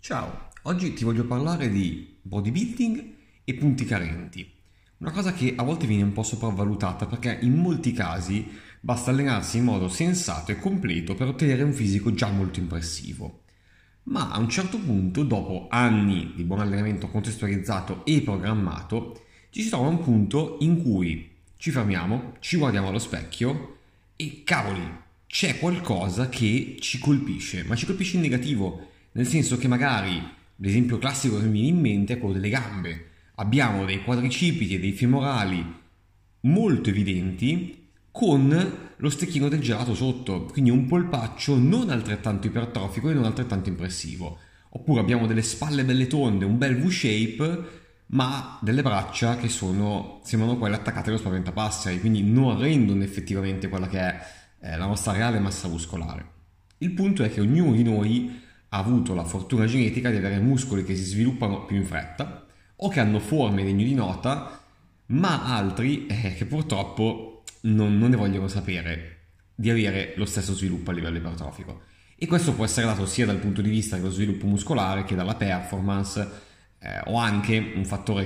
Ciao, oggi ti voglio parlare di bodybuilding e punti carenti. Una cosa che a volte viene un po' sopravvalutata perché in molti casi basta allenarsi in modo sensato e completo per ottenere un fisico già molto impressivo. Ma a un certo punto, dopo anni di buon allenamento contestualizzato e programmato, ci si trova a un punto in cui ci fermiamo, ci guardiamo allo specchio e cavoli, c'è qualcosa che ci colpisce, ma ci colpisce in negativo, nel senso che magari l'esempio classico che mi viene in mente è quello delle gambe. Abbiamo dei quadricipiti e dei femorali molto evidenti con lo stecchino del gelato sotto, quindi un polpaccio non altrettanto ipertrofico e non altrettanto impressivo. Oppure abbiamo delle spalle belle tonde, un bel V-shape, ma delle braccia che sembrano quelle attaccate allo spaventapasseri, quindi non rendono effettivamente quella che è la nostra reale massa muscolare. Il punto è che ognuno di noi ha avuto la fortuna genetica di avere muscoli che si sviluppano più in fretta o che hanno forme degne di nota, ma altri che purtroppo non ne vogliono sapere di avere lo stesso sviluppo a livello ipertrofico. E questo può essere dato sia dal punto di vista dello sviluppo muscolare che dalla performance, o anche un fattore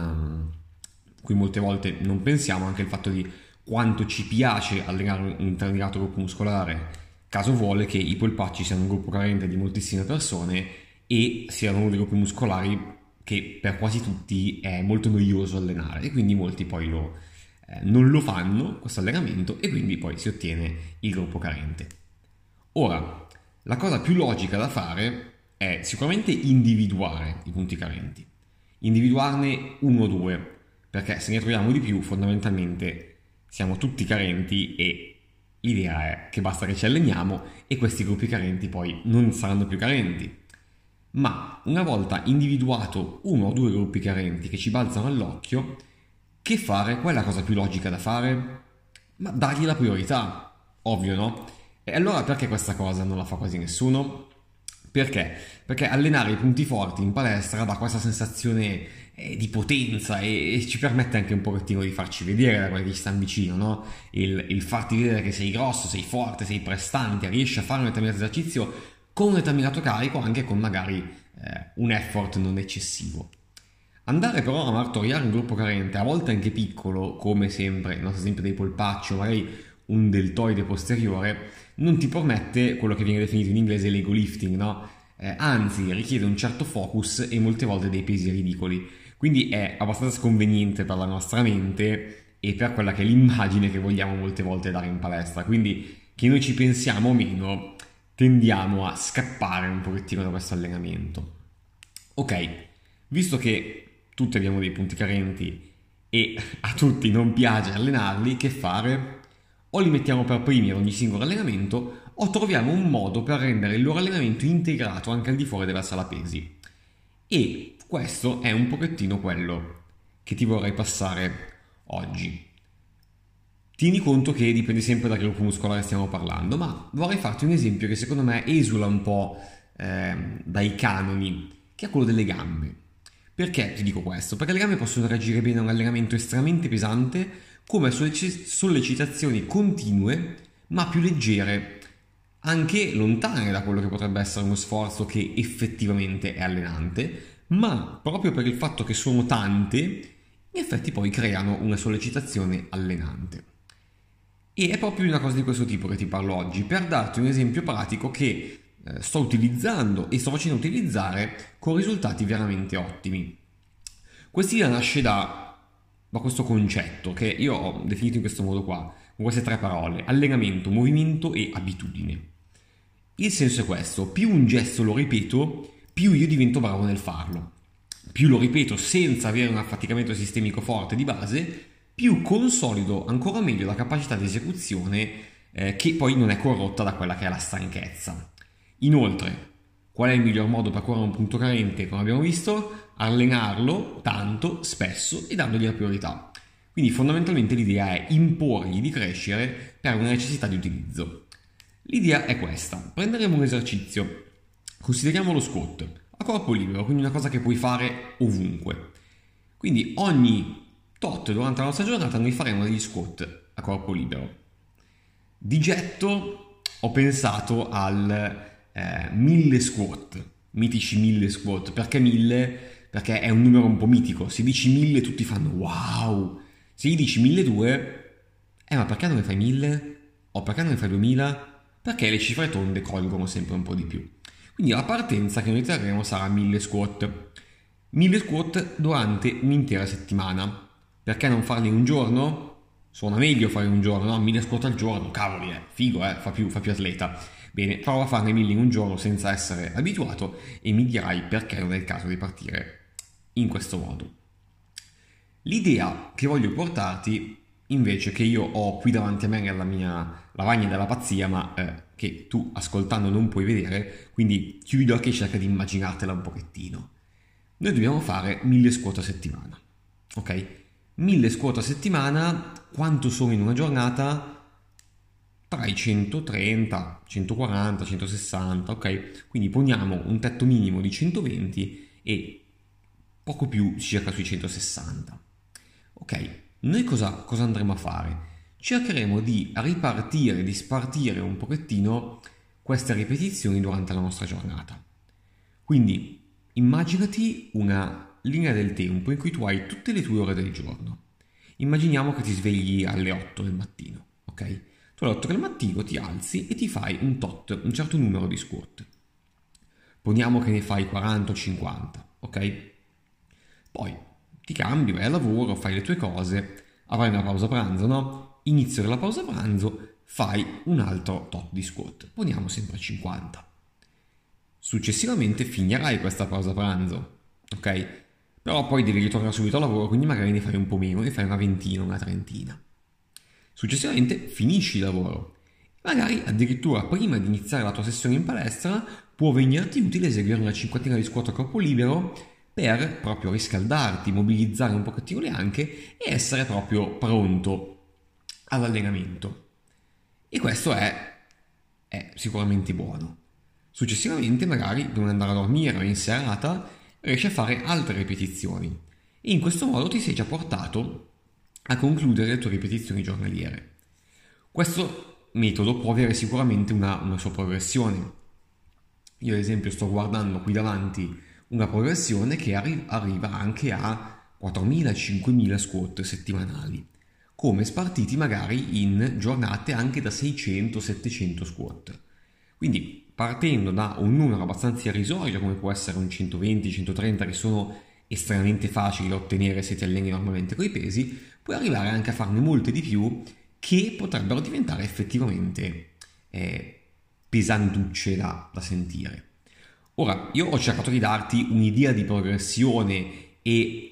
cui molte volte non pensiamo, anche il fatto di quanto ci piace allenare un determinato gruppo muscolare. Caso vuole che i polpacci siano un gruppo carente di moltissime persone e siano uno dei gruppi muscolari che per quasi tutti è molto noioso allenare, e quindi molti poi non lo fanno questo allenamento e quindi poi si ottiene il gruppo carente. Ora, la cosa più logica da fare è sicuramente individuare i punti carenti, individuarne uno o due, perché se ne troviamo di più fondamentalmente siamo tutti carenti e l'idea è che basta che ci alleniamo e questi gruppi carenti poi non saranno più carenti. Ma una volta individuato uno o due gruppi carenti che ci balzano all'occhio, che fare? Qual è la cosa più logica da fare? Ma dargli la priorità, ovvio, no? E allora perché questa cosa non la fa quasi nessuno? Perché? Perché allenare i punti forti in palestra dà questa sensazione di potenza e ci permette anche un pochettino di farci vedere da quelli che ci stanno vicino, no? Il farti vedere che sei grosso, sei forte, sei prestante, riesci a fare un determinato esercizio con un determinato carico, anche con magari un effort non eccessivo. Andare però a martoriare un gruppo carente, a volte anche piccolo, come sempre il nostro esempio dei polpacci o magari un deltoide posteriore, non ti permette quello che viene definito in inglese l'ego lifting, no? Anzi, richiede un certo focus e molte volte dei pesi ridicoli. Quindi è abbastanza sconveniente per la nostra mente e per quella che è l'immagine che vogliamo molte volte dare in palestra. Quindi che noi ci pensiamo o meno, tendiamo a scappare un pochettino da questo allenamento. Ok, visto che tutti abbiamo dei punti carenti e a tutti non piace allenarli, che fare? O li mettiamo per primi ad ogni singolo allenamento o troviamo un modo per rendere il loro allenamento integrato anche al di fuori della sala pesi. E questo è un pochettino quello che ti vorrei passare oggi. Tieni conto che dipende sempre da che gruppo muscolare stiamo parlando, ma vorrei farti un esempio che secondo me esula un po' dai canoni, che è quello delle gambe. Perché ti dico questo? Perché le gambe possono reagire bene a un allenamento estremamente pesante come a sollecitazioni continue ma più leggere, anche lontane da quello che potrebbe essere uno sforzo che effettivamente è allenante, ma proprio per il fatto che sono tante, in effetti poi creano una sollecitazione allenante. E è proprio di una cosa di questo tipo che ti parlo oggi, per darti un esempio pratico che sto utilizzando e sto facendo utilizzare con risultati veramente ottimi. Quest'idea nasce da questo concetto che io ho definito in questo modo qua, con queste tre parole: allenamento, movimento e abitudine. Il senso è questo: più un gesto lo ripeto, più io divento bravo nel farlo. Più lo ripeto senza avere un affaticamento sistemico forte di base, più consolido ancora meglio la capacità di esecuzione che poi non è corrotta da quella che è la stanchezza. Inoltre, qual è il miglior modo per curare un punto carente? Come abbiamo visto, allenarlo tanto, spesso e dandogli la priorità. Quindi fondamentalmente l'idea è imporgli di crescere per una necessità di utilizzo. L'idea è questa: prenderemo un esercizio, consideriamo lo squat a corpo libero, quindi una cosa che puoi fare ovunque. Quindi ogni tot durante la nostra giornata noi faremo degli squat a corpo libero. Di getto ho pensato al 1000 squat, mitici 1000 squat. Perché 1000? Perché è un numero un po' mitico. Se dici 1000 tutti fanno wow. Se gli dici 1200, ma perché non ne fai 1000? O perché non ne fai 2000? Perché le cifre tonde colgono sempre un po' di più. Quindi la partenza che noi terremo sarà 1000 squat. 1000 squat durante un'intera settimana. Perché non farli un giorno? Suona meglio fare un giorno, no? 1000 squat al giorno, cavoli, figo, fa più atleta. Bene, prova a farne 1000 in un giorno senza essere abituato e mi dirai perché non è il caso di partire in questo modo. L'idea che voglio portarti, invece, che io ho qui davanti a me nella mia lavagna della pazzia, ma che tu ascoltando non puoi vedere, quindi chiudi gli occhi e cerca di immaginartela un pochettino. Noi dobbiamo fare 1000 squat a settimana, ok? 1000 squat a settimana, quanto sono in una giornata? Tra i 130, 140, 160, ok? Quindi poniamo un tetto minimo di 120 e poco più circa sui 160. Ok, noi cosa andremo a fare? Cercheremo di ripartire, di spartire un pochettino queste ripetizioni durante la nostra giornata. Quindi immaginati una linea del tempo in cui tu hai tutte le tue ore del giorno. Immaginiamo che ti svegli alle 8 del mattino, ok? Tu alle 8 del mattino ti alzi e ti fai un certo numero di squat. Poniamo che ne fai 40 o 50, ok? Poi ti cambi, vai al lavoro, fai le tue cose, avrai una pausa pranzo, no? Inizio della pausa pranzo, fai un altro tot di squat. Poniamo sempre 50. Successivamente finirai questa pausa pranzo, ok? Però poi devi ritornare subito al lavoro, quindi magari ne fai un po' meno, ne fai una ventina, una trentina. Successivamente finisci il lavoro. Magari addirittura prima di iniziare la tua sessione in palestra può venirti utile eseguire una cinquantina di squat a corpo libero per proprio riscaldarti, mobilizzare un pochettino le anche e essere proprio pronto all'allenamento. E questo è sicuramente buono. Successivamente magari prima di andare a dormire o in serata riesci a fare altre ripetizioni e in questo modo ti sei già portato a concludere le tue ripetizioni giornaliere. Questo metodo può avere sicuramente una sua progressione. Io ad esempio sto guardando qui davanti una progressione che arriva anche a 4.000-5.000 squat settimanali, come spartiti magari in giornate anche da 600-700 squat. Quindi partendo da un numero abbastanza irrisorio come può essere un 120-130 che sono estremamente facili da ottenere se ti alleni normalmente coi pesi, puoi arrivare anche a farne molte di più che potrebbero diventare effettivamente pesantucce da sentire. Ora, io ho cercato di darti un'idea di progressione e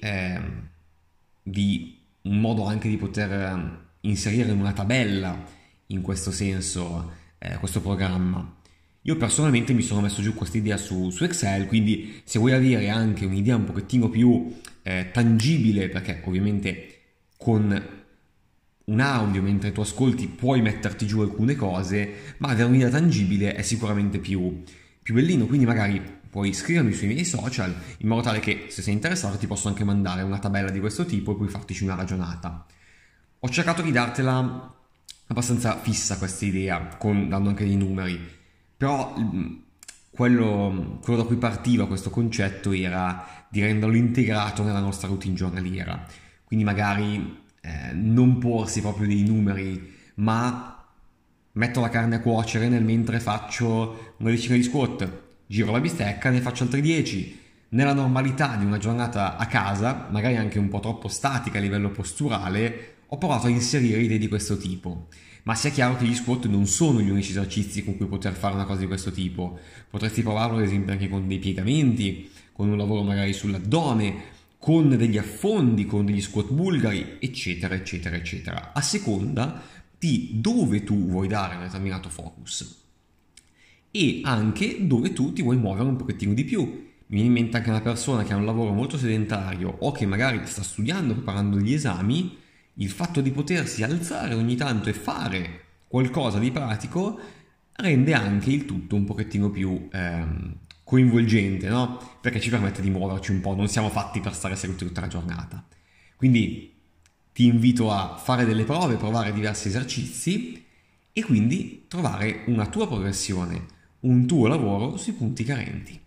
di un modo anche di poter inserire in una tabella in questo senso questo programma. Io personalmente mi sono messo giù questa idea su Excel, quindi se vuoi avere anche un'idea un pochettino più tangibile, perché ovviamente con un audio mentre tu ascolti puoi metterti giù alcune cose, ma avere un'idea tangibile è sicuramente più bellino, quindi magari puoi scrivermi sui miei social in modo tale che se sei interessato ti posso anche mandare una tabella di questo tipo e puoi fartici una ragionata. Ho cercato di dartela abbastanza fissa questa idea, dando anche dei numeri, però quello da cui partiva questo concetto era di renderlo integrato nella nostra routine giornaliera, quindi magari non porsi proprio dei numeri, ma metto la carne a cuocere nel mentre faccio una decina di squat, giro la bistecca, ne faccio altri 10. Nella normalità di una giornata a casa, magari anche un po' troppo statica a livello posturale, ho provato a inserire idee di questo tipo. Ma sia chiaro che gli squat non sono gli unici esercizi con cui poter fare una cosa di questo tipo. Potresti provarlo ad esempio anche con dei piegamenti, con un lavoro magari sull'addome, con degli affondi, con degli squat bulgari, eccetera, eccetera, eccetera, a seconda di dove tu vuoi dare un determinato focus e anche dove tu ti vuoi muovere un pochettino di più. Mi viene in mente anche una persona che ha un lavoro molto sedentario o che magari sta studiando, preparando gli esami, il fatto di potersi alzare ogni tanto e fare qualcosa di pratico rende anche il tutto un pochettino più coinvolgente, no? Perché ci permette di muoverci un po', non siamo fatti per stare seduti tutta la giornata. Quindi ti invito a fare delle prove, provare diversi esercizi e quindi trovare una tua progressione, un tuo lavoro sui punti carenti.